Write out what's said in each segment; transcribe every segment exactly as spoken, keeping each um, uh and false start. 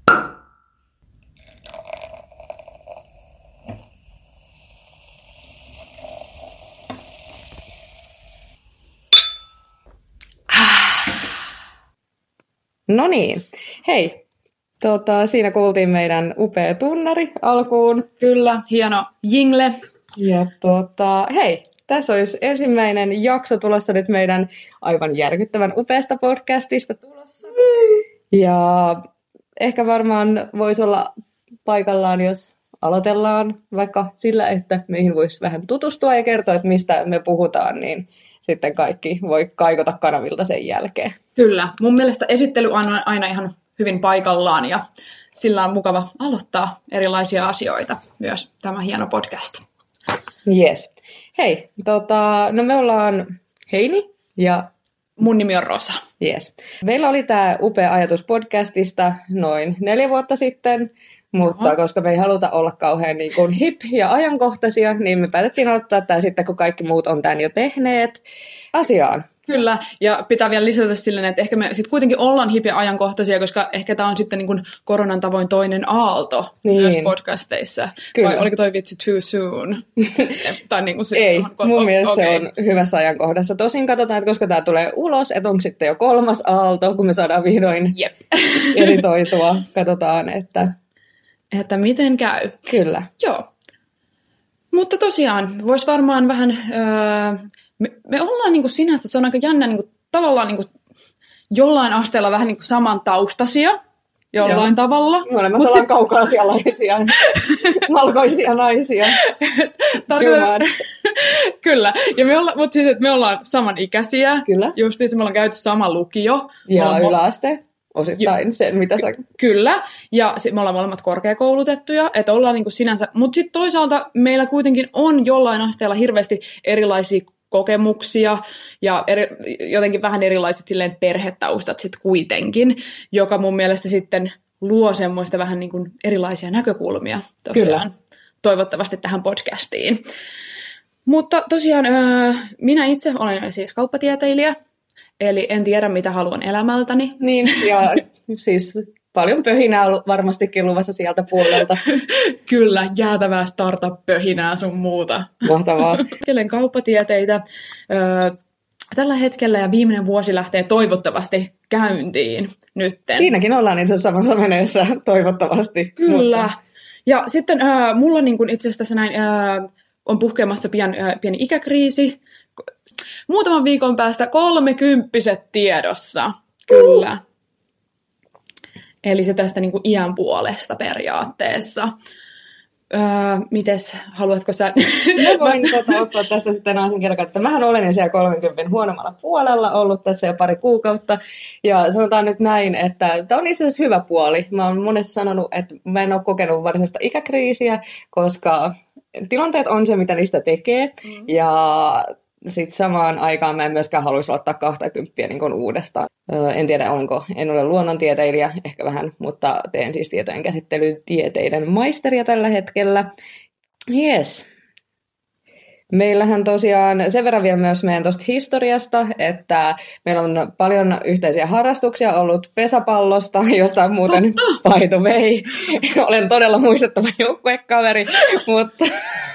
No niin, hei, tota, siinä kuultiin meidän upea tunnari alkuun. Kyllä, hieno jingle. Ja tota, hei, tässä olisi ensimmäinen jakso tulossa nyt meidän aivan järkyttävän upeasta podcastista tulossa. Ja ehkä varmaan voisi olla paikallaan, jos aloitellaan vaikka sillä, että meihin voisi vähän tutustua ja kertoa, että mistä me puhutaan, niin sitten kaikki voi kaikota kanavilta sen jälkeen. Kyllä. Mun mielestä esittely on aina ihan hyvin paikallaan ja sillä on mukava aloittaa erilaisia asioita myös tämä hieno podcast. Yes. Hei, tota, no me ollaan Heini ja mun nimi on Rosa. Yes. Meillä oli tämä upea ajatus podcastista noin neljä vuotta sitten, mutta Oho. koska me ei haluta olla kauhean niin kuin hip ja ajankohtaisia, niin me päätettiin aloittaa tämä sitten, kun kaikki muut on tämän jo tehneet asiaan. Kyllä, ja pitää vielä lisätä silleen, että ehkä me sitten kuitenkin ollaan hip ja ajankohtaisia, koska ehkä tämä on sitten niin kuin koronan tavoin toinen aalto niin. myös podcasteissa. Kyllä. Vai oliko toi vitsi too soon? tai niin kuin siis ei, tuohon, mun oh, mielestä okay. se on hyvässä ajankohdassa. Tosin katsotaan, että koska tämä tulee ulos, että onko sitten jo kolmas aalto, kun me saadaan vihdoin Jep. editoitua. Katsotaan, että... että miten käy. Kyllä. Joo. Mutta tosiaan, voisi varmaan vähän... Öö, Me, me ollaan niin kuin sinänsä, se on aika jännä niin kuin, tavallaan niin kuin, jollain asteella vähän niin kuin samantaustaisia jollain Joo. tavalla. Molemmat ollaan sit... kaukaasialaisia, valkoisia naisia. Kyllä, ja me olla, mutta siis, että me ollaan samanikäisiä. Kyllä. Justiinsa me ollaan käyty sama lukio. Ja ollaan... yläaste. Osittain sen, mitä sä... Kyllä, ja sit me ollaan molemmat korkeakoulutettuja, että ollaan niin kuin sinänsä, mutta sitten toisaalta meillä kuitenkin on jollain asteella hirveästi erilaisia kokemuksia ja eri, jotenkin vähän erilaiset silleen perhetaustat sitten kuitenkin, joka mun mielestä sitten luo semmoista vähän niin kuin erilaisia näkökulmia tosiaan Kyllä. toivottavasti tähän podcastiin. Mutta tosiaan minä itse olen siis kauppatieteilijä, eli en tiedä mitä haluan elämältäni. Niin, ja siis... Paljon pöhinää on varmastikin luvassa sieltä puolelta. Kyllä, jäätävää startup-pöhinää sun muuta. Mahtavaa. Kelen kauppatieteitä öö, tällä hetkellä ja viimeinen vuosi lähtee toivottavasti käyntiin nytten. Siinäkin ollaan itse asiassa samassa veneessä toivottavasti. Kyllä. Mutta... Ja sitten öö, mulla niin kun itse asiassa tässä näin, öö, on puhkeamassa pian öö, pieni ikäkriisi. Muutaman viikon päästä kolmekymppiset tiedossa. Kyllä. Uh. Eli se tästä niin kuin iän puolesta periaatteessa. Öö, mites, haluatko sä... Mä voin tota, ottaa tästä sitten naisin kerran, että mähän olen jo siellä kolmenkymmenen huonommalla puolella ollut tässä jo pari kuukautta. Ja sanotaan nyt näin, että tämä on itse asiassa hyvä puoli. Mä oon monesti sanonut, että mä en ole kokenut varsinaista ikäkriisiä, koska tilanteet on se, mitä niistä tekee. Mm. Ja... Sitten samaan aikaan mä en myöskään haluaisi ottaa kaksikymmentä niin kuin uudestaan. Öö, en tiedä, olenko, en ole luonnontieteilijä, ehkä vähän, mutta teen siis tietojen käsittelytieteiden maisteria tällä hetkellä. Yes. Meillähän tosiaan sen verran vielä myös meidän tuosta historiasta, että meillä on paljon yhteisiä harrastuksia ollut pesäpallosta, josta muuten by the way, olen todella muistettava joukkuekaveri, mutta...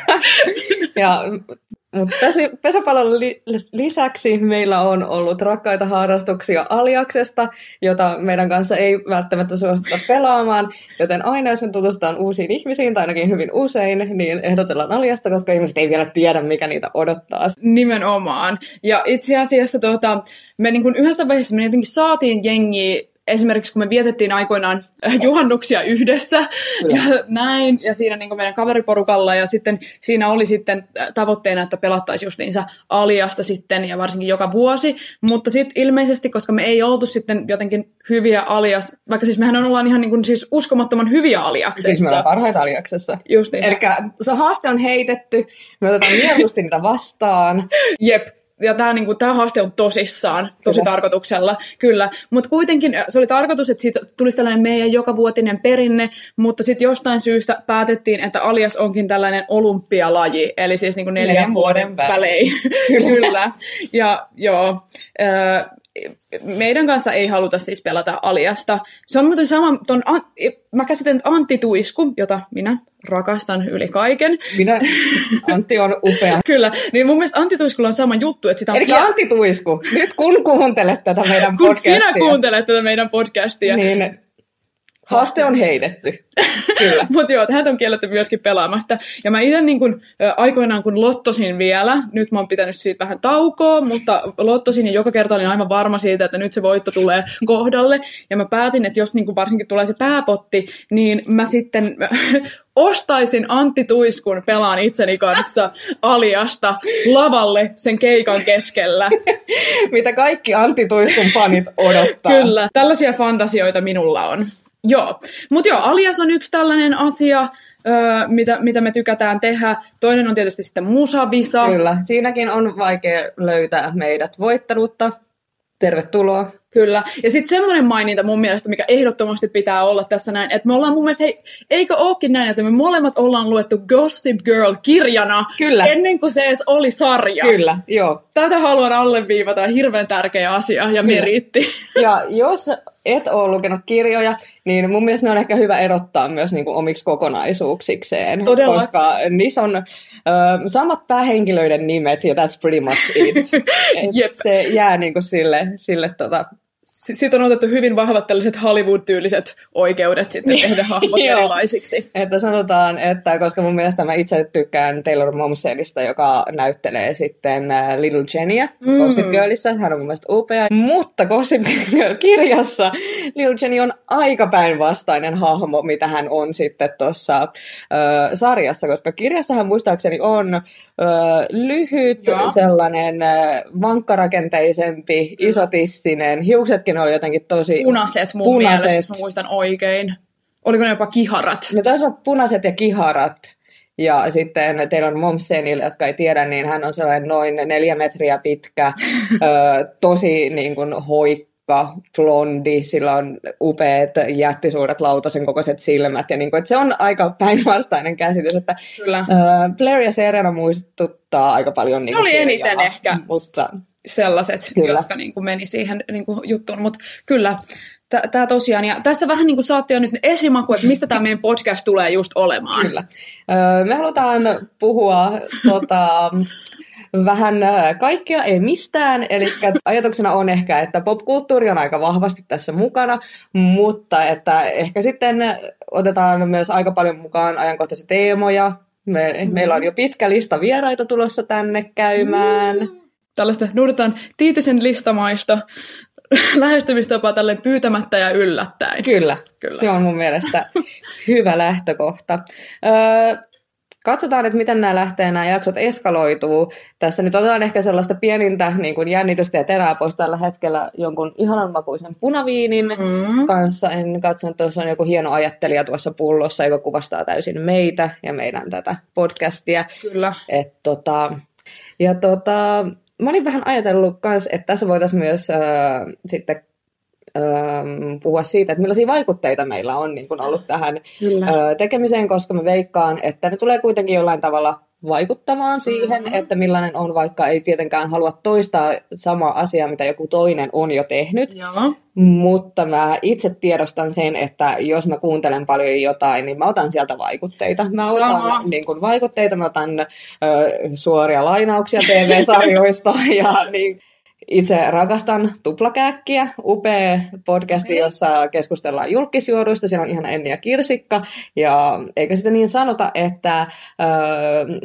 ja, Mutta pesäpallon lisäksi meillä on ollut rakkaita harrastuksia Aliaksesta, jota meidän kanssa ei välttämättä suostuta pelaamaan, joten aina jos me tutustutaan uusiin ihmisiin, tai ainakin hyvin usein, niin ehdotellaan Aliasta, koska ihmiset ei vielä tiedä, mikä niitä odottaa. Nimenomaan. Ja itse asiassa tuota, me niin kuin yhdessä vaiheessa me jotenkin saatiin jengiä, esimerkiksi kun me vietettiin aikoinaan juhannuksia yhdessä Kyllä. ja näin, ja siinä niin kuin meidän kaveriporukalla, ja sitten siinä oli sitten tavoitteena, että pelattaisiin justiinsa Aliasta sitten, ja varsinkin joka vuosi, mutta sitten ilmeisesti, koska me ei oltu sitten jotenkin hyviä Alias, vaikka siis mehän ollaan ihan niin kuin siis uskomattoman hyviä Aliaksessa. Siis me ollaan parhaita Aliaksessa. Justiinsa. Elikkä se haaste on heitetty, me otetaan mieluusti niitä vastaan. Jep. Ja tämä niinku, haaste on tosissaan, tosi kyllä. tarkoituksella, kyllä. Mutta kuitenkin se oli tarkoitus, että siitä tulisi tällainen meidän jokavuotinen perinne, mutta sitten jostain syystä päätettiin, että Alias onkin tällainen olympialaji, eli siis niinku neljän vuoden välein. Kyllä. kyllä. Ja joo, meidän kanssa ei haluta siis pelata Aliasta. Se on muuten sama, ton, mä käsitän Antti Tuisku, jota minä rakastan yli kaiken. Minä, Antti on upea. Kyllä, niin mun mielestä Antti Tuiskulla on sama juttu. Että sitä on Eli pia- Antti Tuisku, nyt kun kuuntelet tätä meidän kun podcastia. Kun sinä kuuntelet tätä meidän podcastia. Niin haaste on heitetty. Kyllä. Mutta joo, häntä on kielletty myöskin pelaamasta. Ja mä itse niin kun, ä, aikoinaan kun lottosin vielä, nyt mä oon pitänyt siitä vähän taukoa, mutta lottosin ja joka kerta olin aivan varma siitä, että nyt se voitto tulee kohdalle. Ja mä päätin, että jos niin kun varsinkin tulee se pääpotti, niin mä sitten ostaisin Antti Tuiskun Pelaan itseni kanssa Aliasta lavalle sen keikan keskellä. Mitä kaikki Antti Tuiskun fanit odottaa. Kyllä, tällaisia fantasioita minulla on. Joo, mutta joo, Alias on yksi tällainen asia, öö, mitä, mitä me tykätään tehdä. Toinen on tietysti sitten Musavisa. Kyllä, siinäkin on vaikea löytää meidät voittanutta. Tervetuloa. Kyllä, ja sitten semmoinen maininta mun mielestä, mikä ehdottomasti pitää olla tässä näin, että me ollaan mun mielestä, hei, eikö ookin näin, että me molemmat ollaan luettu Gossip Girl-kirjana Kyllä. ennen kuin se edes oli sarja. Kyllä, joo. Tätä haluan alleviivata, hirveän tärkeä asia ja meriitti. Ja jos et ole lukenut kirjoja, niin mun mielestä ne on ehkä hyvä erottaa myös niin kuin omiksi kokonaisuuksikseen. Todella. Koska niissä on ö, samat päähenkilöiden nimet ja that's pretty much it. Jep. Se jää niin kuin sille, sille tota... Sitten on otettu hyvin vahvat tällaiset Hollywood-tyyliset oikeudet sitten tehdä hahmot erilaisiksi. Että sanotaan, että koska mun mielestä mä itse tykkään Taylor Momsenista, joka näyttelee sitten Little Jennyä mm. Gossip Girlissa. Hän on mun mielestä upea. Mutta Gossip Girl-kirjassa Little Jenny on aika päinvastainen hahmo, mitä hän on sitten tuossa äh, sarjassa. Koska kirjassahan muistaakseni on äh, lyhyt, Joo. sellainen äh, vankkarakenteisempi, mm. isotissinen, hiuksetkin oli jotenkin tosi... Punaiset mun punaiset. mielestä, jos mä muistan oikein. Oliko ne jopa kiharat? Ne taisi olla punaiset ja kiharat. Ja sitten teillä on Momsenille, jotka ei tiedä, niin hän on sellainen noin neljä metriä pitkä, ö, tosi niin kuin hoikka, blondi, sillä on upeat jättisuuret lautasen kokoiset silmät. Ja niin kuin, että se on aika päinvastainen käsitys, että Kyllä. Ö, Blair ja Serena muistuttaa aika paljon niin kuin oli kirjaa, eniten ehkä. Mutta... sellaiset, kyllä. jotka niin kuin meni siihen niin kuin juttuun, mutta kyllä, tämä tosiaan, ja tässä vähän niin kuin saatte jo nyt esimaku, että mistä tämä meidän podcast tulee just olemaan. Kyllä. Öö, me halutaan puhua tota, vähän kaikkea, ei mistään, eli ajatuksena on ehkä, että popkulttuuri on aika vahvasti tässä mukana, mutta että ehkä sitten otetaan myös aika paljon mukaan ajankohtaisia teemoja. Me, mm. Meillä on jo pitkä lista vieraita tulossa tänne käymään. Mm. Tällaista noudataan Tiitisen listamaista lähestymistapaa tälleen pyytämättä ja yllättäen. Kyllä, Kyllä. Se on mun mielestä hyvä lähtökohta. Öö, katsotaan, että miten nämä lähtee, nämä jaksot eskaloituu. Tässä nyt otetaan ehkä sellaista pienintä niin kuin jännitystä ja terää pois tällä hetkellä jonkun ihananmakuisen punaviinin mm. kanssa. En katso, että tuossa on joku hieno ajattelija tuossa pullossa, joka kuvastaa täysin meitä ja meidän tätä podcastia. Kyllä. Et, tota, ja tota... Mä olin vähän ajatellut myös, että tässä voitaisiin myös äh, sitten äh, puhua siitä, että millaisia vaikutteita meillä on niin kun ollut tähän äh, tekemiseen, koska mä veikkaan, että ne tulee kuitenkin jollain tavalla vaikuttamaan siihen, mm-hmm. että millainen on, vaikka ei tietenkään halua toistaa samaa asiaa, mitä joku toinen on jo tehnyt. Joo. Mutta mä itse tiedostan sen, että jos mä kuuntelen paljon jotain, niin mä otan sieltä vaikutteita. Mä Sama. otan niin kun, vaikutteita, mä otan ö, suoria lainauksia T V-sarjoista ja niin. Itse rakastan Tuplakääkkiä, upea podcasti, jossa keskustellaan julkisjuoruista. Siellä on ihan Enni ja Kirsikka. Ja eikä sitä niin sanota, että öö,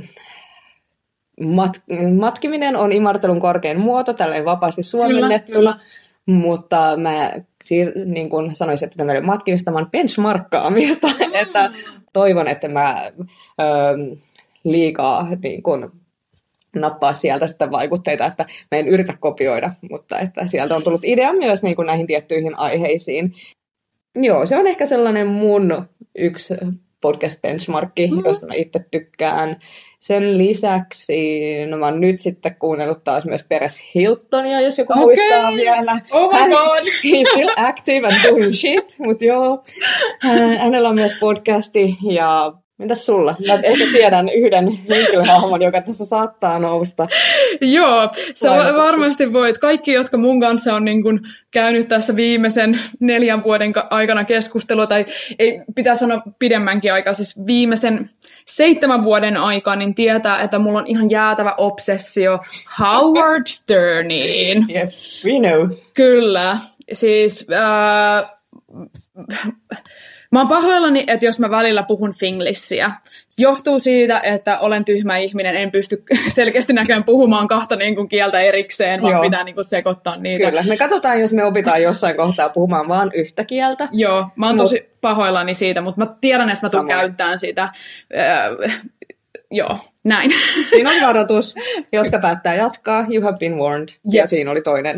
mat, matkiminen on imartelun korkein muoto, tälleen vapaasti suomennettuna. Kyllä, kyllä. Mutta mä niin kuin sanoisin, että tämmöinen matkimista on benchmarkkaamista. Mm. Että toivon, että mä öö, liikaa... Niin kuin, nappaa sieltä sitten vaikutteita, että mä en yritä kopioida, mutta että sieltä on tullut idea myös niin kuin näihin tiettyihin aiheisiin. Joo, se on ehkä sellainen mun yksi podcast-benchmarkki, mm-hmm. josta mä itse tykkään. Sen lisäksi, no mä oon nyt sitten kuunnellut taas myös Peres Hiltonia, jos joku okay. muistaa vielä. Oh my god! He's still active and doing shit, mutta joo. Hänellä on myös podcasti ja Mitäs sulla? Mä ehkä tiedän yhden henkilöhahmon, joka tässä saattaa nousta. Joo, sä varmasti voit. Kaikki, jotka mun kanssa on niin kun käynyt tässä viimeisen neljän vuoden aikana keskustelua, tai ei pitää sanoa pidemmänkin aikaa, siis viimeisen seitsemän vuoden aikaa, niin tietää, että mulla on ihan jäätävä obsessio Howard Sterniin. Yes, we know. Kyllä, siis... Äh, Mä oon pahoillani, että jos mä välillä puhun finglissiä. Se johtuu siitä, että olen tyhmä ihminen, en pysty selkeästi näköjään puhumaan kahta niin kuin kieltä erikseen, vaan Joo. pitää niin kuin sekoittaa niitä. Kyllä, me katsotaan, jos me opitaan jossain kohtaa puhumaan vaan yhtä kieltä. Joo, mä oon Mut... tosi pahoillani siitä, mutta mä tiedän, että mä tuun käyttämään sitä. Äh, joo, näin. Siinä on varoitus, jotka päättää jatkaa. You have been warned. Yep. Ja siinä oli toinen.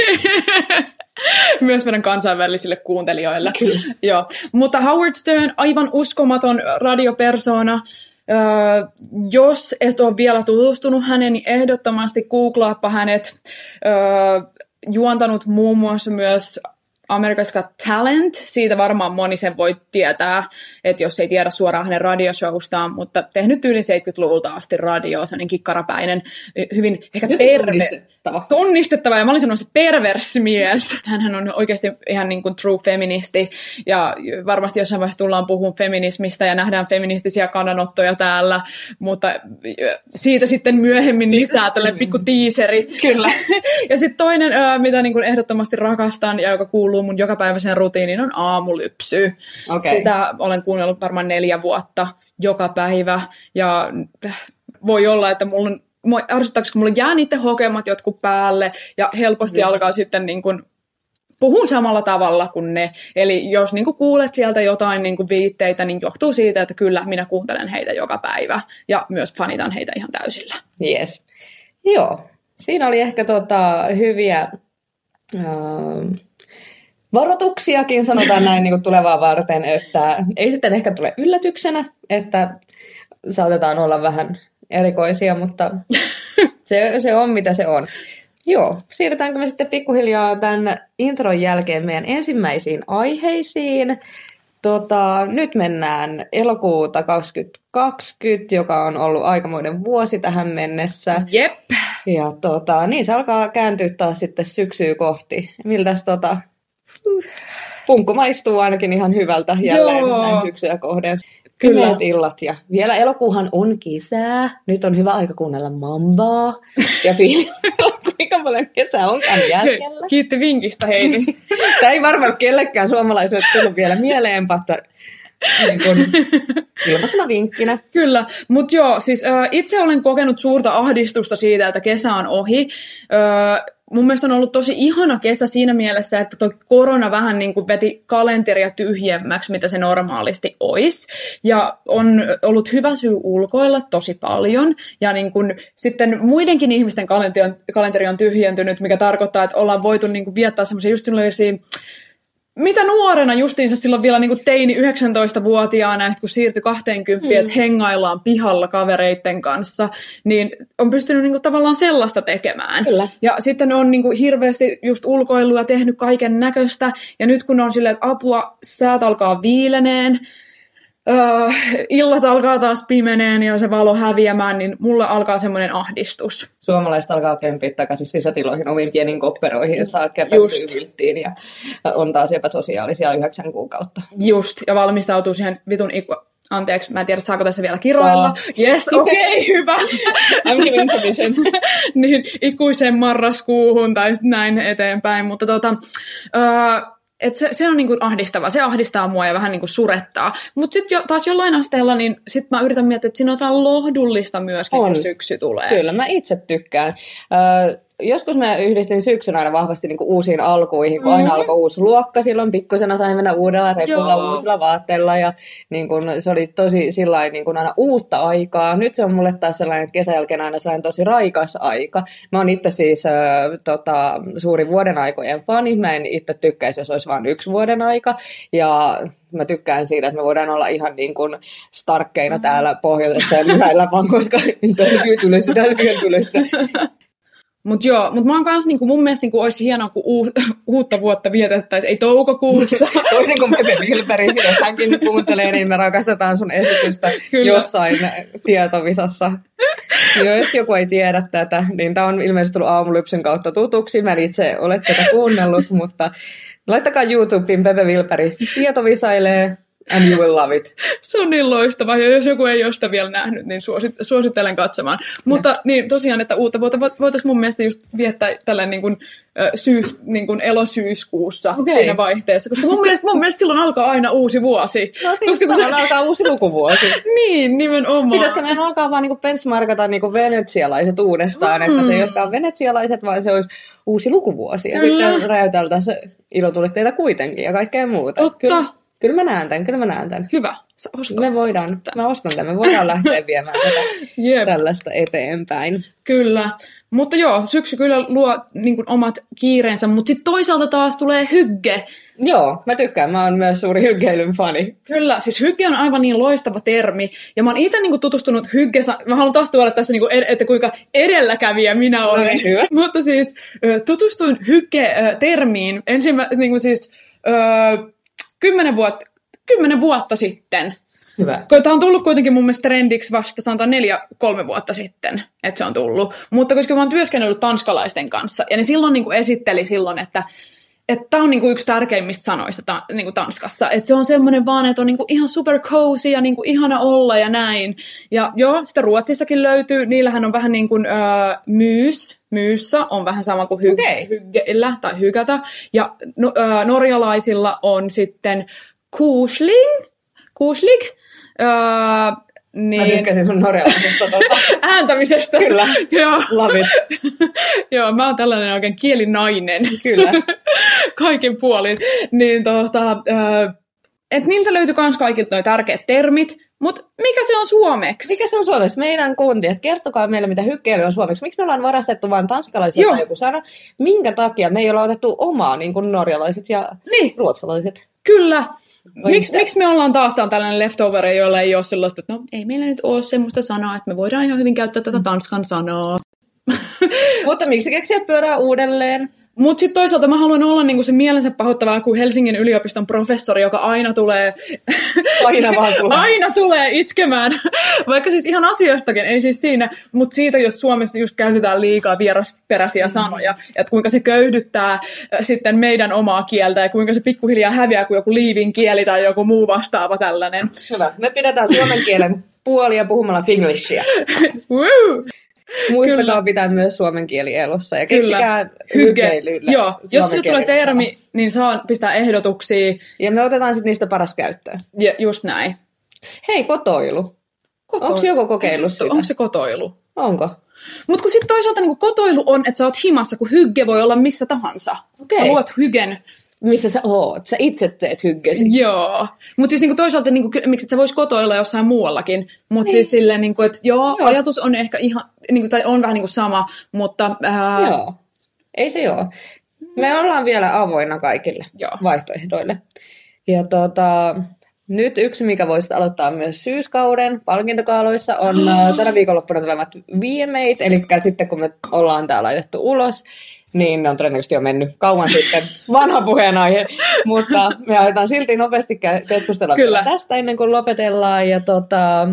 Myös meidän kansainvälisille kuuntelijoille. Joo. Mutta Howard Stern, aivan uskomaton radiopersona. Öö, jos et ole vielä tutustunut häneen, niin ehdottomasti googlaappa hänet. Öö, juontanut muun muassa myös America's Got Talent. Siitä varmaan moni sen voi tietää, että jos ei tiedä suoraan hänen radioshowstaan, mutta tehnyt yli seitsemänkymmentäluvulta asti radioa, sellainen kikkarapäinen, hyvin ehkä perve- tunnistettava. tunnistettava. Ja mä olin semmoinen perversimies. Hänhän on oikeasti ihan niin kuin true feministi, ja varmasti jossain vaiheessa tullaan puhumaan feminismistä ja nähdään feministisiä kannanottoja täällä, mutta siitä sitten myöhemmin lisää tällainen pikku tiiseri. Kyllä. Ja sitten toinen, mitä niin kuin ehdottomasti rakastan ja joka kuuluu mun jokapäiväisen rutiinin, on aamulypsy. Okay. Sitä olen kuunnellut varmaan neljä vuotta joka päivä, ja voi olla, että mulla on, ärsyttääkö, kun mulla jää niiden hokemat jotkut päälle, ja helposti mm. alkaa sitten niin kuin puhun samalla tavalla kuin ne. Eli jos niin kuin kuulet sieltä jotain niin kuin viitteitä, niin johtuu siitä, että kyllä minä kuuntelen heitä joka päivä, ja myös fanitan heitä ihan täysillä. Yes. Joo, siinä oli ehkä tota, hyviä... Uh... varoituksiakin, sanotaan näin niin kuin tulevaa varten, että ei sitten ehkä tule yllätyksenä, että saatetaan olla vähän erikoisia, mutta se, se on mitä se on. Joo, siirrytäänkö me sitten pikkuhiljaa tämän intron jälkeen meidän ensimmäisiin aiheisiin. Tota, nyt mennään elokuuta kaksituhattakaksikymmentä, joka on ollut aikamoinen vuosi tähän mennessä. Jep. Ja tota, niin se alkaa kääntyä taas sitten syksyä kohti. Miltäs tota... Punkku maistuu ainakin ihan hyvältä jälleen Joo. näin syksyä kohden. Kyllä. Illat ja vielä elokuuhan on kesää. Nyt on hyvä aika kuunnella Mambaa. Ja fiilistellä, kuinka paljon kesää onkaan jäljellä. Kiitti vinkistä, Heidi. Tämä ei varmaan kellekään suomalaiselle tullut vielä mieleen, mutta niin kun ilmaisena vinkkinä. Kyllä, mutta joo, siis äh, itse olen kokenut suurta ahdistusta siitä, että kesä on ohi. Äh, Mun mielestä on ollut tosi ihana kesä siinä mielessä, että toi korona vähän niin kuin veti kalenteria tyhjemmäksi, mitä se normaalisti olisi. Ja on ollut hyvä syy ulkoilla tosi paljon. Ja niin kuin sitten muidenkin ihmisten kalenteri on, kalenteri on tyhjentynyt, mikä tarkoittaa, että ollaan voitu niin kuin viettää semmoisia just sellaisia... Mitä nuorena justiinsa silloin vielä niin kuin teini yhdeksäntoistavuotiaana, ja sitten kun siirtyi kaksikymmentä, mm. että hengaillaan pihalla kavereitten kanssa, niin on pystynyt niin kuin tavallaan sellaista tekemään. Kyllä. Ja sitten on niin kuin hirveästi just ulkoilua tehnyt kaiken näköistä, ja nyt kun on silleen, että apua, säät alkaa viileneen, Uh, illat alkaa taas pimeneen ja se valo häviämään, niin mulla alkaa semmoinen ahdistus. Suomalaiset alkaa kempiä takaisin sisätiloihin omiin pieniin kopperoihin ja saa käpättyä vilttiin ja on taas epäsosiaalisia yhdeksän kuukautta. Just, ja valmistautuu siihen vitun iku... Anteeksi, mä en tiedä, saako tässä vielä kiroilla. Yes, okei, okay, hyvä. I'm giving permission. Niin, ikuiseen marraskuuhun tai näin eteenpäin, mutta tota... Uh, Et se, se on niinku ahdistava, se ahdistaa mua ja vähän niinku surettaa. Mutta sitten jo, taas jollain asteella, niin sit mä yritän miettiä, että siinä on jotain lohdullista myöskin, on. Kun syksy tulee. Kyllä, mä itse tykkään. Öö, joskus mä yhdistin syksyn aina vahvasti niinku uusiin alkuihin, kun mm-hmm. aina alkoi uusi luokka. Silloin pikkusena sain mennä uudella repulla, Joo. uusilla vaatteilla ja niin kun, se oli tosi sillain, niin kun aina uutta aikaa. Nyt se on mulle taas sellainen kesän jälkeen aina sellainen tosi raikas aika. Mä oon itse siis äh, tota, suuri vuoden aikojen fani. Mä en itse tykkäisi, jos olisi vain yksi vuoden aika. Ja mä tykkään siitä, että me voidaan olla ihan niin kuin starkkeina mm-hmm. täällä pohjoisessa ja lyhäillä vaan, koska tälkyy tulee sitä, tälkyy tulee sitä. Mutta joo, mutta mä oon kanssa, niinku, mun mielestä niinku, olisi hienoa, kun uu, uutta vuotta vietettäisiin, ei toukokuussa. Toisin kuin Pepe Wilperi, jos hänkin kuuntelee, niin me rakastetaan sun esitystä Kyllä. jossain tietovisassa. Jo, jos joku ei tiedä tätä, niin tämä on ilmeisesti tullut Aamulypsyn kautta tutuksi. Mä en itse ole tätä kuunnellut, mutta laittakaa YouTubeen Pepe Wilperi tietovisailee. And you will love it. Se on niin loistava, ja jos joku ei ole sitä vielä nähnyt, niin suosit, suosittelen katsomaan. Mutta niin, tosiaan, että uutta vuotta voitaisiin mun mielestä just viettää tällainen niin kuin, syys, niin kuin elosyyskuussa okay. siinä vaihteessa. Koska mun mielestä, mun mielestä silloin alkaa aina uusi vuosi. No siis koska se alkaa uusi lukuvuosi. Niin, nimenomaan. Pitäisikö meidän alkaa vaan niin benchmarkata niin venetsialaiset uudestaan, mm. että se ei olisikaan venetsialaiset, vaan se olisi uusi lukuvuosi. Ja Kyllä. sitten räytältäisiin ilotulitteita kuitenkin ja kaikkea muuta. Totta. Kyllä. Kyllä mä näen tämän, kyllä mä näen tämän. Hyvä, sä ostat, me voidaan, ostat mä ostan tämän, me voidaan lähteä viemään tätä yep. tällaista eteenpäin. Kyllä, mutta joo, syksy kyllä luo niin kuin, omat kiireensä, mutta sitten toisaalta taas tulee hygge. Joo, mä tykkään, mä oon myös suuri hyggeilyn fani. Kyllä, siis hygge on aivan niin loistava termi, ja mä oon itse niin kuin, tutustunut hygge, mä haluan taas tuoda tässä, niin kuin, että kuinka edelläkävijä minä olen. Hyvä. Mutta siis tutustuin hygge-termiin ensimmäinen, niin kuin siis... Öö, Kymmenen vuotta, kymmenen vuotta sitten. Hyvä. Tämä on tullut kuitenkin mun mielestä trendiksi vasta sanotaan neljä, kolme vuotta sitten, että se on tullut. Mutta koska mä oon työskennellyt tanskalaisten kanssa, ja ne silloin niin kuin esitteli silloin, että tämä on niin kuin yksi tärkeimmistä sanoista ta, niin kuin Tanskassa. Että se on semmoinen vaan, että on niin kuin ihan super cozy ja niin kuin ihana olla ja näin. Ja joo, sitä Ruotsissakin löytyy. Niillähän on vähän niin kuin äh, myys. Myyssä on vähän sama kuin hy- okay. hyggeillä tai hykätä. Ja no, äh, norjalaisilla on sitten kusling. Kuslig. Äh, niin... Mä tykkäsin sun norjalaisesta tuota. ääntämisestä. Kyllä, Joo. love it. Joo, mä oon tällainen oikein kielinainen. Kyllä. Kaikin puolin. Niin tota, äh, että niiltä löytyi kans kaikilta nuo tärkeät termit, mutta mikä se on suomeksi? Mikä se on suomeksi? Meidän kuuntelijat, kertokaa meille, mitä hyggeily on suomeksi. Miksi me ollaan varastettu vain tanskalaisilta joku sana? Minkä takia me ei olla otettu omaa, niin kuin norjalaiset ja niin. ruotsalaiset? Kyllä. Miksi miks me ollaan taas tällainen leftover, joilla ei ole sellaista, että no ei meillä nyt ole semmoista sanaa, että me voidaan ihan hyvin käyttää tätä tanskan sanaa. Mutta miksi keksiä pyörää uudelleen? Mutta sitten toisaalta mä haluan olla niinku se mielensä pahoittava kuin Helsingin yliopiston professori, joka aina tulee, aina, vaan tulee. aina tulee itkemään, vaikka siis ihan asioistakin, ei siis siinä, mutta siitä, jos Suomessa just käytetään liikaa vierasperäisiä mm. sanoja, että kuinka se köyhdyttää sitten meidän omaa kieltä ja kuinka se pikkuhiljaa häviää kuin joku liivin kieli tai joku muu vastaava tällainen. Hyvä, me pidetään suomen kielen puolia puhumalla finglishia. Woo! Muistakaa Kyllä. pitää myös suomen kieli elossa ja keksikää hygeilylle. Joo, jos se tulee termi, sana. Niin saa pistää ehdotuksia. Ja me otetaan sitten niistä paras käyttöön. Ja just näin. Hei, kotoilu. kotoilu. Onko joku kokeillut sitä? Onko se kotoilu? Onko? Mutta kun sitten toisaalta niin kotoilu on, että sä oot himassa, kun hygge voi olla missä tahansa. Okay. Sä luot hygen. Missä sä oot? Sä itse teet hyggesi. Joo. Mutta siis niinku toisaalta, niinku, miksi et sä vois kotoilla jossain muuallakin. Mutta niin. siis silleen, niinku, että joo, joo, ajatus on ehkä ihan, niinku, tai on vähän niinku sama, mutta... Ää... Joo. Ei se joo. Me ollaan vielä avoinna kaikille joo. vaihtoehdoille. Ja tota... Nyt yksi, mikä voisi aloittaa myös syyskauden palkintokaaloissa, on oh. tänä viikonloppuna tulevat V M A:t, eli sitten kun me ollaan tää laitettu ulos, niin ne on todennäköisesti jo mennyt kauan sitten, vanha puheenaihe, mutta me aletaan silti nopeasti keskustella tästä ennen kuin lopetellaan. Ja tota,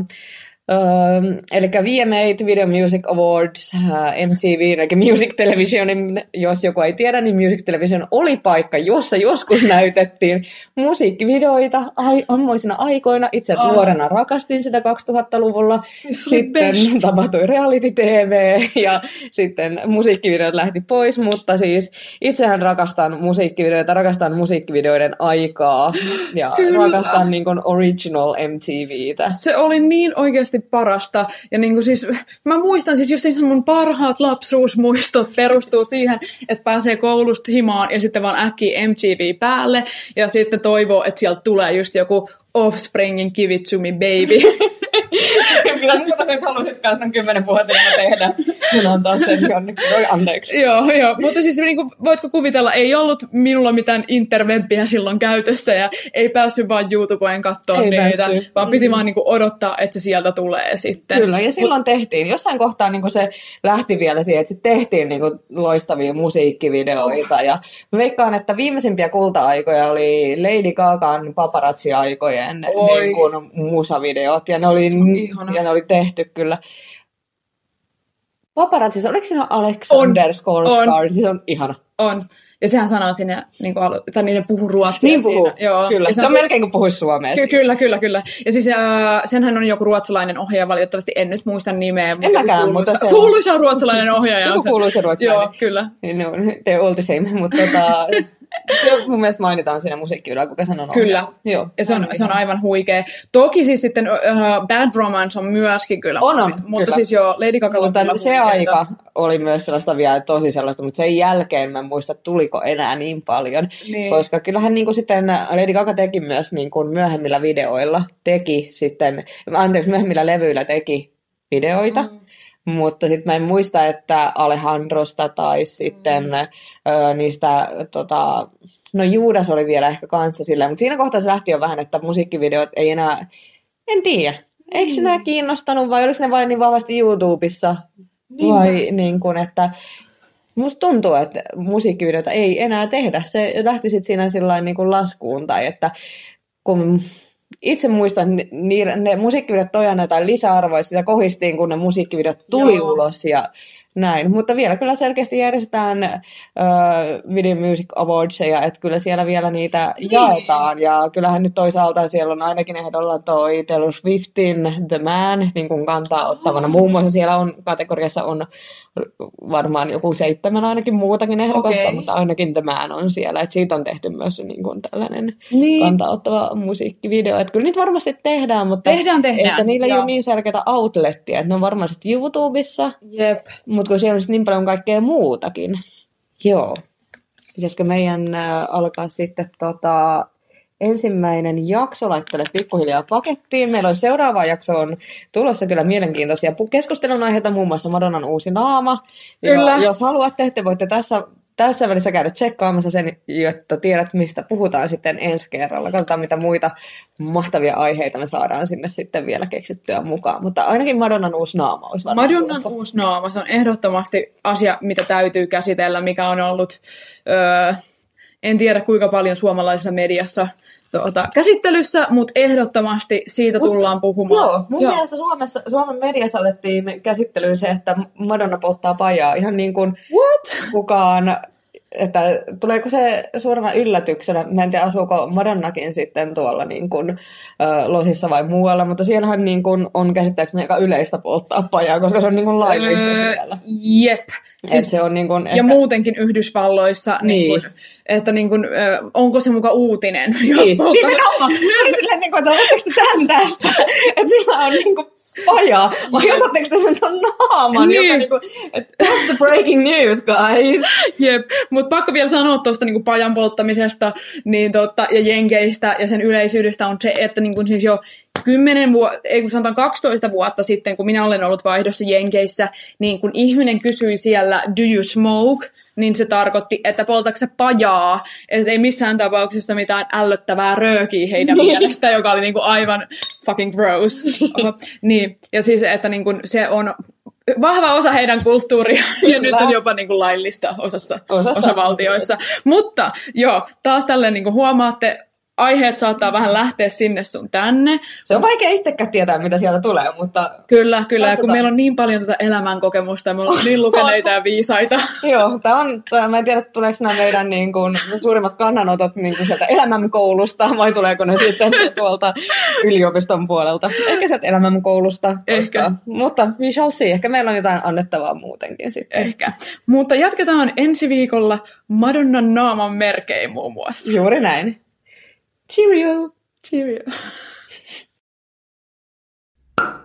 Uh, eli V M A, Video Music Awards, uh, M T V, eli Music Televisionin, jos joku ei tiedä, niin Music Television oli paikka, jossa joskus näytettiin musiikkivideoita ai, ammoisina aikoina. Itse oh. nuorena rakastin sitä kaksituhattaluvulla. Sitten tapahtui reality T V ja sitten musiikkivideot lähti pois, mutta siis itsehän rakastan musiikkivideoita, rakastan musiikkivideoiden aikaa ja Kyllä. rakastan niin kuin original M T V:tä. Se oli niin oikeasti parasta. Ja niin kuin siis, mä muistan siis just mun parhaat lapsuusmuistot perustuu siihen, että pääsee koulusta himaan ja sitten vaan äkkiä M T V päälle ja sitten toivoo, että sieltä tulee just joku Offspringin Give It To Me Baby. Mitä muuta sä nyt halusit kanssa kymmenen-vuotiaana tehdä? Mun on taas sen jonnekin. Oi, anteeksi. Joo, joo. Mutta siis niin kuin, voitko kuvitella, ei ollut minulla mitään interwebbiä silloin käytössä ja ei päässyt vaan YouTubeen katsoa ei niitä, päässyt. vaan piti vaan niin kuin, odottaa, että se sieltä tulee sitten. Kyllä, ja silloin Mut... tehtiin. Jossain kohtaa niin kuin se lähti vielä siihen, että tehtiin niin kuin, loistavia musiikkivideoita. Ja veikkaan, että viimeisimpiä kulta-aikoja oli Lady Gagan paparazzi-aikojen niin kuin, musavideot, ja ne oli, ja ne oli tehty kyllä. Paparazzissa, oliko siinä Alexander Skarsgård? Se on ihana. On. Ja sehän sanoo sinne, niin kuin, tai niiden puhuu ruotsia niin puhuu, siinä. Joo. Kyllä. Se on, se on melkein kuin puhuisi suomea. Ky- siis. Kyllä, kyllä, kyllä. Ja siis äh, senhän on joku ruotsalainen ohjaaja, valitettavasti en nyt muista nimeä. Mutta en mäkään, mutta se on. Kuuluisa ruotsalainen ohjaaja. Joku kuuluisa ruotsalainen. Joo, kyllä. No, te all the same, mutta tota, se mun mielestä mainitaan siinä musiikkiydellä, kuka sen on Kyllä. ohjaaja. Joo, ja se on, se on aivan huikea. Toki siis sitten uh, Bad Romance on myöskin kyllä. On, on. Mutta kyllä. siis joo, Lady Gaga on mutta se huikeeta. Aika oli myös sellaista vielä tosi sellaista, mutta sen jälkeen mä en muista, tuliko enää niin paljon. Niin. Koska kyllähän niin kuin sitten Lady Gaga teki myös niin kuin myöhemmillä videoilla, teki sitten, anteeksi, myöhemmillä levyillä teki videoita. Mm. Mutta sitten mä en muista, että Alejandrosta tai sitten mm. ö, niistä, tota, no Juudas oli vielä ehkä kanssa silleen, mutta siinä kohtaa se lähti jo vähän, että musiikkivideot ei enää, en tiedä, eikö se enää kiinnostanut vai oliko ne vain niin vahvasti YouTubessa niin. Vai niin kuin, että musta tuntuu, että musiikkivideoita ei enää tehdä, se lähti sitten siinä sillain niin kuin laskuun tai että kun itse muistan, ne, ne musiikkivideot toi aina jotain lisäarvoa, sitä kohistiin, kun ne musiikkivideot tuli Joo. ulos ja näin. Mutta vielä kyllä selkeästi järjestetään uh, Video Music Awardsia, että kyllä siellä vielä niitä niin. jaetaan. Ja kyllähän nyt toisaalta siellä on ainakin ehdolla toi Taylor Swiftin The Man, niin kuin kantaa ottavana. Muun muassa siellä on kategoriassa on varmaan joku seitsemän ainakin muutakin ehdokasta, okay. mutta ainakin The Man on siellä. Et siitä on tehty myös niin kuin tällainen niin. kantaa ottava musiikkivideo. Et kyllä niitä varmasti tehdään, mutta tehdään, tehdään. että niillä ei ole niin selkeää outlettia. Että ne on varmaan sitten YouTubessa, Jep. mutta kun siellä on niin paljon kaikkea muutakin. Joo. Pitäisikö meidän äh, alkaa sitten tota, ensimmäinen jakso laittele pikkuhiljaa pakettiin. Meillä on seuraava jakso on tulossa kyllä mielenkiintoisia keskustelun aiheita, muun muassa Madonnan uusi naama. Kyllä. Ja jos haluatte, te voitte tässä, tässä välissä käydä tsekkaamassa sen, jotta tiedät, mistä puhutaan sitten ensi kerralla. Katsotaan, mitä muita mahtavia aiheita me saadaan sinne sitten vielä keksittyä mukaan. Mutta ainakin Madonnan uusi naama olisi varmaan Madonnan tulossa. uusi naama, se on ehdottomasti asia, mitä täytyy käsitellä, mikä on ollut... Öö, En tiedä, kuinka paljon suomalaisessa mediassa tuota, käsittelyssä, mutta ehdottomasti siitä tullaan puhumaan. Joo, mun joo. mielestä Suomessa, Suomen mediassa otettiin käsittelyyn se, että Madonna polttaa pajaa. Ihan niin kuin What? kukaan, että tuleeko se suorana yllätyksenä. Mä en tiedä, asuuko Madonnakin sitten tuolla niin kuin, äh, Losissa vai muualla, mutta siellähän niin kuin on käsittääkseni aika yleistä polttaa pajaa, koska se on niin kuin laillista öö, siellä. Jep. Siis, se on niin kuin, ja ehkä... muutenkin Yhdysvalloissa, niin. Niin kuin, että niin kuin, onko se muka uutinen? Niin, polttaa... nimenomaan. Oli silleen, niin kuin, että oletteko tämän tästä? Että sillä on niin kuin pajaa. Vai otatteko te sen ton naaman? Niin. Joka, niin kuin, että that's the breaking news, guys. Jep, mutta pakko vielä sanoa tuosta niin pajan polttamisesta niin totta, ja jenkeistä ja sen yleisyydestä on se, että niin kuin siis jo kymmenen vuotta, ei kun sanotaan kaksitoista vuotta sitten, kun minä olen ollut vaihdossa Jenkeissä, niin kun ihminen kysyi siellä, do you smoke? Niin se tarkoitti, että poltatko sä pajaa? Että ei missään tapauksessa mitään ällöttävää röökiä heidän niin. mielestä, joka oli niinku aivan fucking gross. Oho, niin. Ja siis, että niinku se on vahva osa heidän kulttuuria, ja nyt on jopa niinku laillista osassa, osassa. osavaltioissa. Mutta joo, taas tälleen niinku huomaatte, aiheet saattaa vähän lähteä sinne sun tänne. Se on vaikea itsekään tietää, mitä sieltä tulee, mutta... Kyllä, kyllä. Ja kun meillä on niin paljon tätä elämänkokemusta, ja me ollaan niin lukeneita ja viisaita. Joo, tämä on, tää, mä en tiedä, tuleeko nämä meidän niin kuin, suurimmat kannanotot niin kuin sieltä elämänkoulusta, vai tuleeko ne sitten tuolta yliopiston puolelta. Ehkä sieltä elämänkoulusta. Ehkä. Mutta we shall see. Ehkä meillä on jotain annettavaa muutenkin sitten. Ehkä. Mutta jatketaan ensi viikolla Madonnan naaman merkein muun muassa. Juuri näin. Cheerio! Cheerio!